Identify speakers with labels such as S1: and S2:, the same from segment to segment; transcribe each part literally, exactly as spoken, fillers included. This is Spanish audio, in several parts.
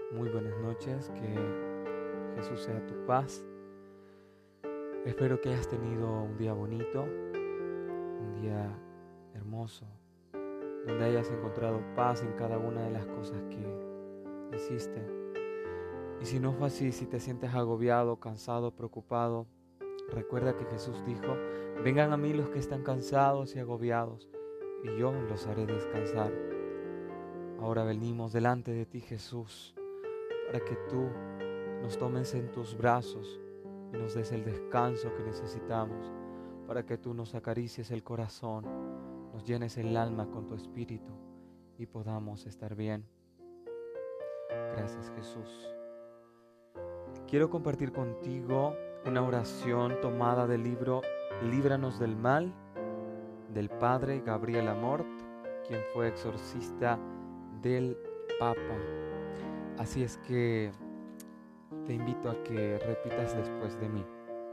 S1: Muy buenas noches, que Jesús sea tu paz. Espero que hayas tenido un día bonito, un día hermoso, donde hayas encontrado paz en cada una de las cosas que hiciste. Y si no fue así, si te sientes agobiado, cansado, preocupado, recuerda que Jesús dijo: vengan a mí los que están cansados y agobiados, y yo los haré descansar. Ahora venimos delante de ti, Jesús, para que tú nos tomes en tus brazos y nos des el descanso que necesitamos, para que tú nos acaricies el corazón, nos llenes el alma con tu espíritu y podamos estar bien. Gracias, Jesús. Quiero compartir contigo una oración tomada del libro Líbranos del Mal, del Padre Gabriel Amort, quien fue exorcista del Papa. Así es que te invito a que repitas después de mí.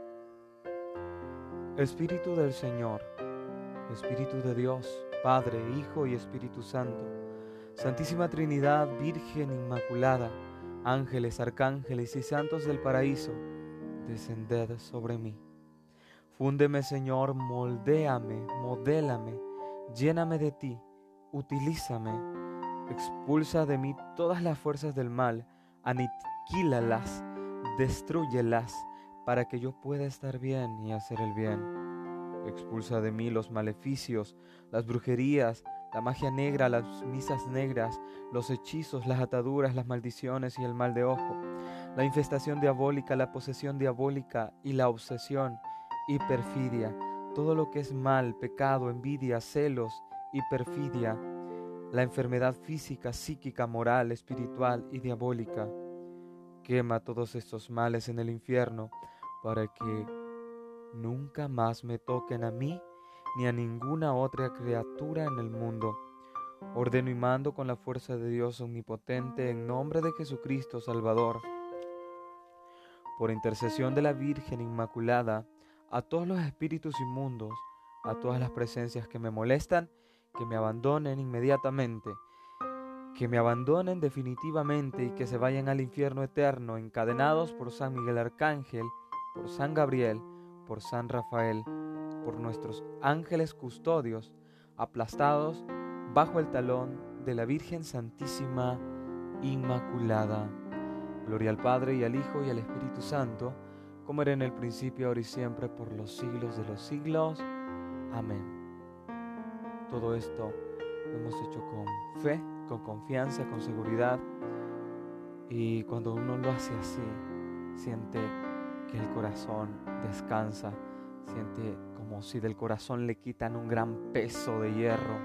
S1: Espíritu del Señor, Espíritu de Dios, Padre, Hijo y Espíritu Santo, Santísima Trinidad, Virgen Inmaculada, ángeles, arcángeles y santos del paraíso, descended sobre mí. Fúndeme, Señor, moldéame, modélame, lléname de ti, utilízame, expulsa de mí todas las fuerzas del mal, aniquílalas, destrúyelas, para que yo pueda estar bien y hacer el bien. Expulsa de mí los maleficios, las brujerías, la magia negra, las misas negras, los hechizos, las ataduras, las maldiciones y el mal de ojo, la infestación diabólica, la posesión diabólica y la obsesión y perfidia, todo lo que es mal, pecado, envidia, celos y perfidia, la enfermedad física, psíquica, moral, espiritual y diabólica. Quema todos estos males en el infierno para que nunca más me toquen a mí ni a ninguna otra criatura en el mundo. Ordeno y mando con la fuerza de Dios omnipotente en nombre de Jesucristo Salvador, por intercesión de la Virgen Inmaculada, a todos los espíritus inmundos, a todas las presencias que me molestan, que me abandonen inmediatamente, que me abandonen definitivamente y que se vayan al infierno eterno, encadenados por San Miguel Arcángel, por San Gabriel, por San Rafael, por nuestros ángeles custodios, aplastados bajo el talón de la Virgen Santísima Inmaculada. Gloria al Padre y al Hijo y al Espíritu Santo, como era en el principio, ahora y siempre, por los siglos de los siglos. Amén. Todo esto lo hemos hecho con fe, con confianza, con seguridad. Y cuando uno lo hace así, siente que el corazón descansa, siente como si del corazón le quitan un gran peso de hierro,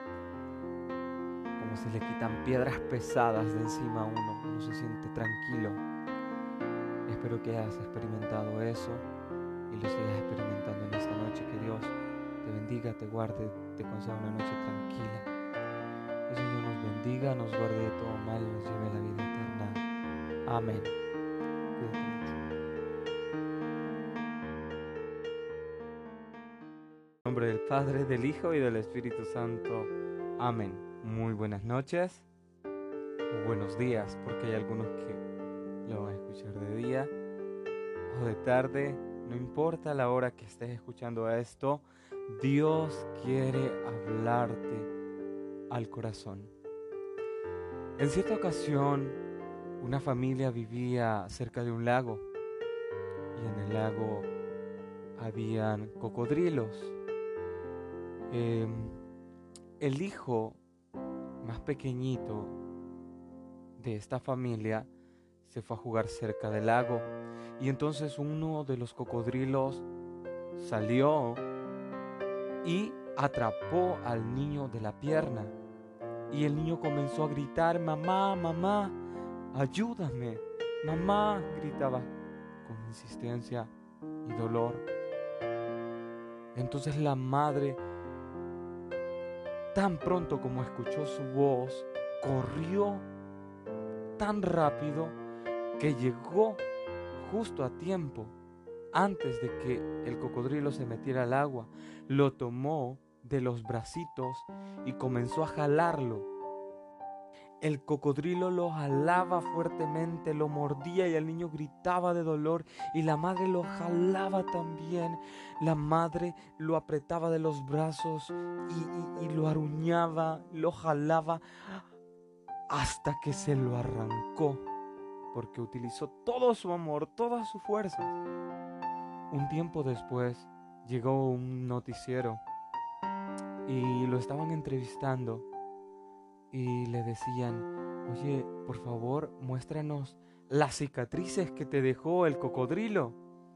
S1: como si le quitan piedras pesadas de encima a uno, uno se siente tranquilo. Espero que hayas experimentado eso y lo sigas experimentando en esta noche. Que Dios te bendiga, te guarde, te conceda una noche tranquila. Que el Señor nos bendiga, nos guarde de todo mal y nos lleve a la vida eterna. Amén. Cuídate mucho. En nombre del Padre, del Hijo y del Espíritu Santo. Amén. Muy buenas noches o buenos días, porque hay algunos que lo van a escuchar de día o de tarde. No importa la hora que estés escuchando esto, Dios quiere hablarte al corazón. En cierta ocasión, una familia vivía cerca de un lago y en el lago habían cocodrilos. Eh, el hijo más pequeñito de esta familia se fue a jugar cerca del lago y entonces uno de los cocodrilos salió y atrapó al niño de la pierna y el niño comenzó a gritar: mamá, mamá, ayúdame, mamá, gritaba con insistencia y dolor. Entonces la madre, tan pronto como escuchó su voz, corrió tan rápido que llegó justo a tiempo, antes de que el cocodrilo se metiera al agua. Lo tomó de los bracitos y comenzó a jalarlo. El cocodrilo lo jalaba fuertemente, lo mordía y el niño gritaba de dolor y la madre lo jalaba también. La madre lo apretaba de los brazos y, y, y lo aruñaba, lo jalaba hasta que se lo arrancó, porque utilizó todo su amor, todas sus fuerzas. Un tiempo después llegó un noticiero y lo estaban entrevistando y le decían: oye, por favor, muéstranos las cicatrices que te dejó el cocodrilo.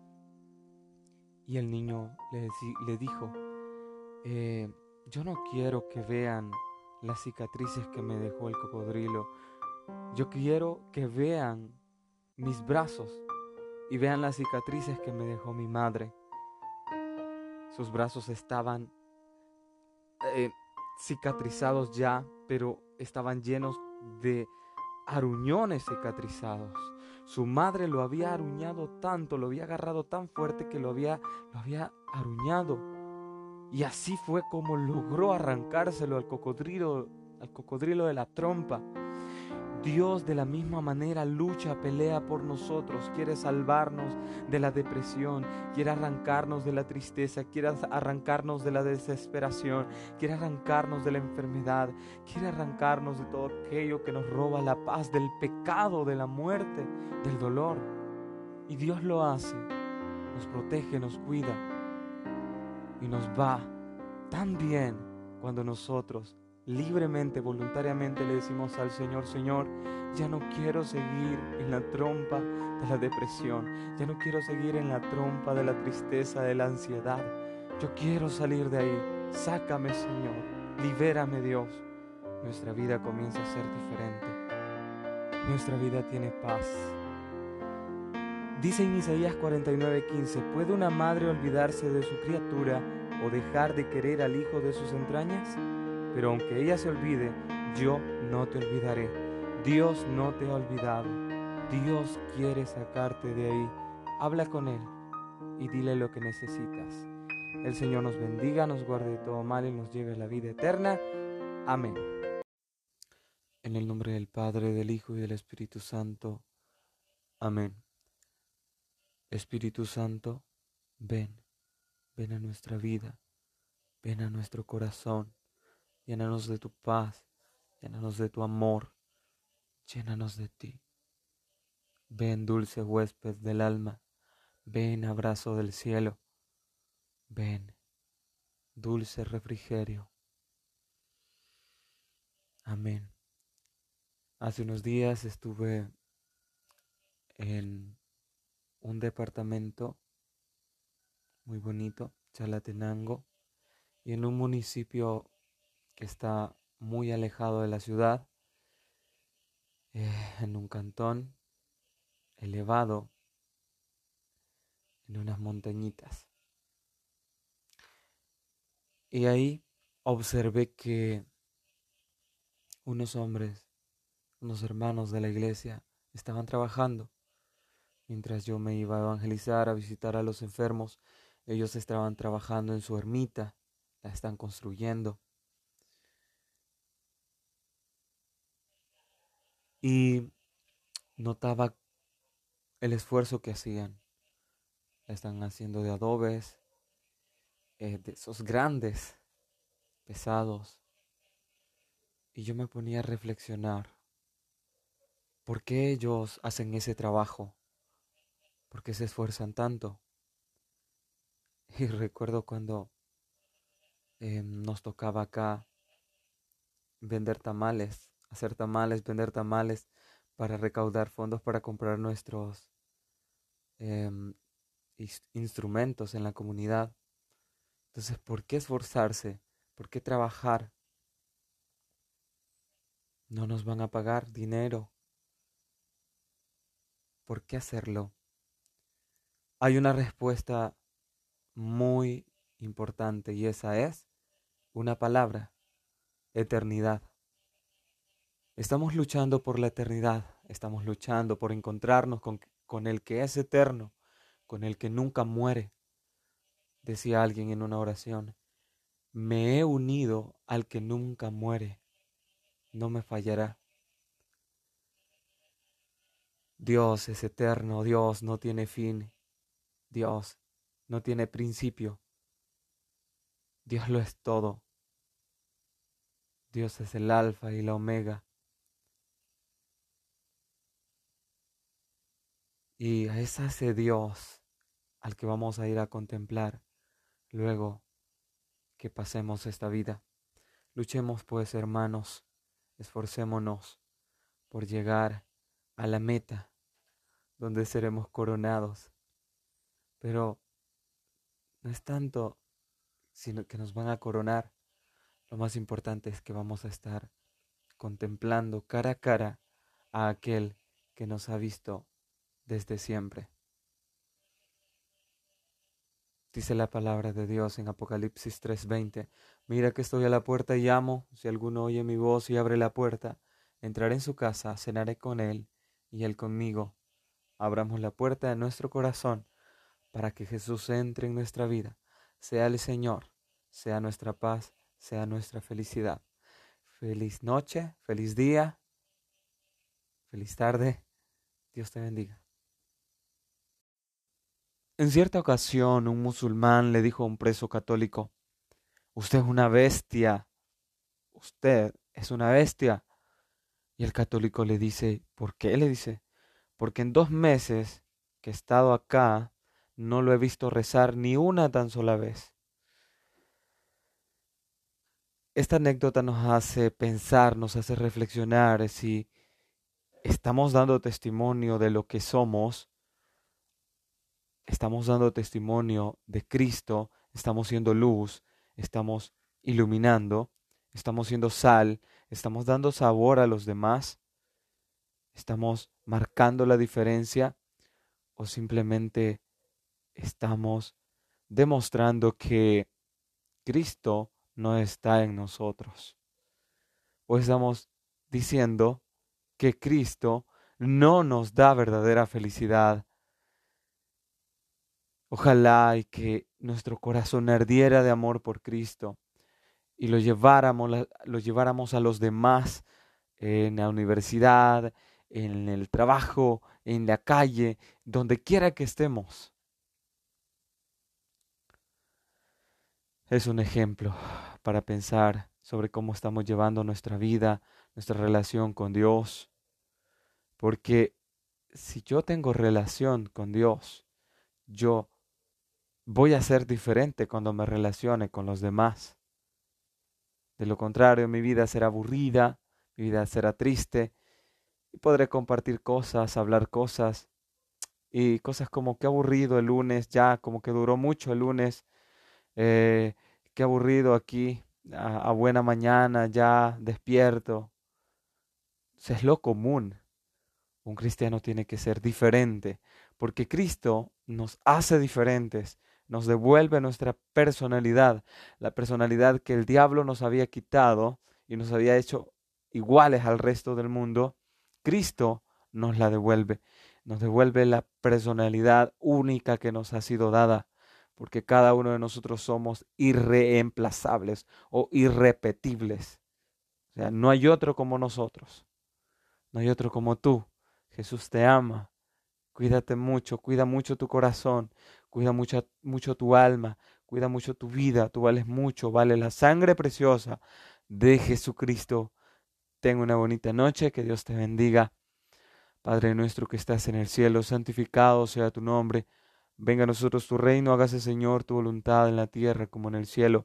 S1: Y el niño le, le dijo: eh, yo no quiero que vean las cicatrices que me dejó el cocodrilo. Yo quiero que vean mis brazos y vean las cicatrices que me dejó mi madre. Sus brazos estaban eh, cicatrizados ya, pero estaban llenos de aruñones cicatrizados. Su madre lo había aruñado tanto, lo había agarrado tan fuerte que lo había, lo había aruñado. Y así fue como logró arrancárselo al cocodrilo, al cocodrilo de la trompa. Dios de la misma manera lucha, pelea por nosotros, quiere salvarnos de la depresión, quiere arrancarnos de la tristeza, quiere arrancarnos de la desesperación, quiere arrancarnos de la enfermedad, quiere arrancarnos de todo aquello que nos roba la paz, del pecado, de la muerte, del dolor. Y Dios lo hace, nos protege, nos cuida y nos va tan bien cuando nosotros libremente, voluntariamente le decimos al Señor: Señor, ya no quiero seguir en la trompa de la depresión, ya no quiero seguir en la trompa de la tristeza, de la ansiedad. Yo quiero salir de ahí. Sácame, Señor, libérame, Dios. Nuestra vida comienza a ser diferente. Nuestra vida tiene paz. Dice en Isaías cuarenta y nueve quince: ¿puede una madre olvidarse de su criatura o dejar de querer al hijo de sus entrañas? Pero aunque ella se olvide, yo no te olvidaré. Dios no te ha olvidado. Dios quiere sacarte de ahí. Habla con Él y dile lo que necesitas. El Señor nos bendiga, nos guarde de todo mal y nos lleve a la vida eterna. Amén. En el nombre del Padre, del Hijo y del Espíritu Santo. Amén. Espíritu Santo, ven, ven a nuestra vida, ven a nuestro corazón. Llénanos de tu paz, llénanos de tu amor, llénanos de ti. Ven, dulce huésped del alma, ven, abrazo del cielo, ven, dulce refrigerio. Amén. Hace unos días estuve en un departamento muy bonito, Chalatenango, y en un municipio que está muy alejado de la ciudad, eh, en un cantón elevado, en unas montañitas. Y ahí observé que unos hombres, unos hermanos de la iglesia, estaban trabajando. Mientras yo me iba a evangelizar, a visitar a los enfermos, ellos estaban trabajando en su ermita, la están construyendo. Y notaba el esfuerzo que hacían. La están haciendo de adobes, eh, de esos grandes, pesados. Y yo me ponía a reflexionar, ¿por qué ellos hacen ese trabajo? ¿Por qué se esfuerzan tanto? Y recuerdo cuando eh, nos tocaba acá vender tamales, hacer tamales, vender tamales para recaudar fondos para comprar nuestros eh, instrumentos en la comunidad. Entonces, ¿por qué esforzarse? ¿Por qué trabajar? No nos van a pagar dinero. ¿Por qué hacerlo? Hay una respuesta muy importante y esa es una palabra: eternidad. Estamos luchando por la eternidad, estamos luchando por encontrarnos con, con el que es eterno, con el que nunca muere. Decía alguien en una oración: me he unido al que nunca muere, no me fallará. Dios es eterno, Dios no tiene fin, Dios no tiene principio, Dios lo es todo, Dios es el alfa y la omega. Y es a ese Dios al que vamos a ir a contemplar luego que pasemos esta vida. Luchemos pues, hermanos, esforcémonos por llegar a la meta donde seremos coronados. Pero no es tanto sino que nos van a coronar. Lo más importante es que vamos a estar contemplando cara a cara a aquel que nos ha visto desde siempre. Dice la palabra de Dios en Apocalipsis tres veinte, mira que estoy a la puerta y llamo, si alguno oye mi voz y abre la puerta, entraré en su casa, cenaré con él y él conmigo. Abramos la puerta de nuestro corazón para que Jesús entre en nuestra vida, sea el Señor, sea nuestra paz, sea nuestra felicidad. Feliz noche, feliz día, feliz tarde, Dios te bendiga. En cierta ocasión, un musulmán le dijo a un preso católico, usted es una bestia, usted es una bestia. Y el católico le dice, ¿por qué? Le dice, porque en dos meses que he estado acá, no lo he visto rezar ni una tan sola vez. Esta anécdota nos hace pensar, nos hace reflexionar si estamos dando testimonio de lo que somos, estamos dando testimonio de Cristo, estamos siendo luz, estamos iluminando, estamos siendo sal, estamos dando sabor a los demás, estamos marcando la diferencia o simplemente estamos demostrando que Cristo no está en nosotros. O estamos diciendo que Cristo no nos da verdadera felicidad. Ojalá y que nuestro corazón ardiera de amor por Cristo y lo lleváramos, lo lleváramos a los demás en la universidad, en el trabajo, en la calle, donde quiera que estemos. Es un ejemplo para pensar sobre cómo estamos llevando nuestra vida, nuestra relación con Dios. Porque si yo tengo relación con Dios, yo voy a ser diferente cuando me relacione con los demás. De lo contrario, mi vida será aburrida, mi vida será triste y podré compartir cosas, hablar cosas y cosas como qué aburrido el lunes, ya como que duró mucho el lunes, eh, qué aburrido aquí, a, a buena mañana, ya despierto. Eso es lo común. Un cristiano tiene que ser diferente, porque Cristo nos hace diferentes, nos devuelve nuestra personalidad, la personalidad que el diablo nos había quitado y nos había hecho iguales al resto del mundo. Cristo nos la devuelve, nos devuelve la personalidad única que nos ha sido dada, porque cada uno de nosotros somos irreemplazables o irrepetibles. O sea, no hay otro como nosotros, no hay otro como tú. Jesús te ama. Cuídate mucho, cuida mucho tu corazón, cuida mucho, mucho tu alma, cuida mucho tu vida. Tú vales mucho, vale la sangre preciosa de Jesucristo. Ten una bonita noche, que Dios te bendiga. Padre nuestro que estás en el cielo, santificado sea tu nombre. Venga a nosotros tu reino, hágase Señor tu voluntad en la tierra como en el cielo.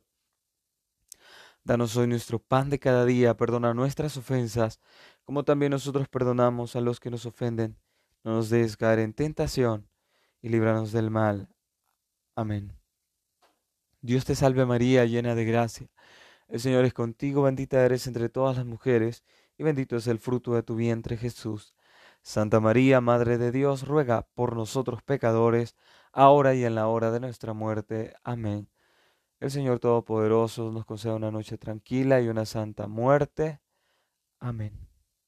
S1: Danos hoy nuestro pan de cada día, perdona nuestras ofensas, como también nosotros perdonamos a los que nos ofenden. No nos dejes caer en tentación, y líbranos del mal. Amén. Dios te salve María, llena de gracia. El Señor es contigo, bendita eres entre todas las mujeres, y bendito es el fruto de tu vientre, Jesús. Santa María, Madre de Dios, ruega por nosotros pecadores, ahora y en la hora de nuestra muerte. Amén. El Señor Todopoderoso nos conceda una noche tranquila y una santa muerte. Amén.